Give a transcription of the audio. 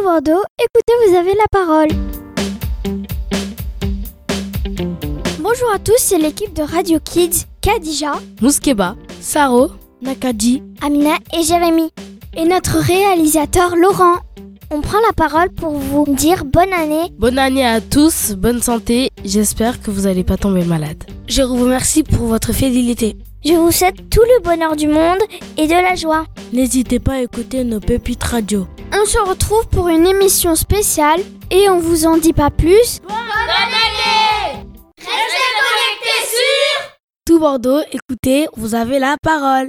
Bordeaux, écoutez, vous avez la parole. Bonjour à tous, c'est l'équipe de Radio Kids, Khadija, Mouskeba, Saro, Nakadi, Amina et Jérémy. Et notre réalisateur Laurent. On prend la parole pour vous dire bonne année. Bonne année à tous, bonne santé, j'espère que vous n'allez pas tomber malade. Je vous remercie pour votre fidélité. Je vous souhaite tout le bonheur du monde et de la joie. N'hésitez pas à écouter nos pépites radio. On se retrouve pour une émission spéciale et on vous en dit pas plus. Bonne année! Restez connectés sur Tout Bordeaux, écoutez, vous avez la parole.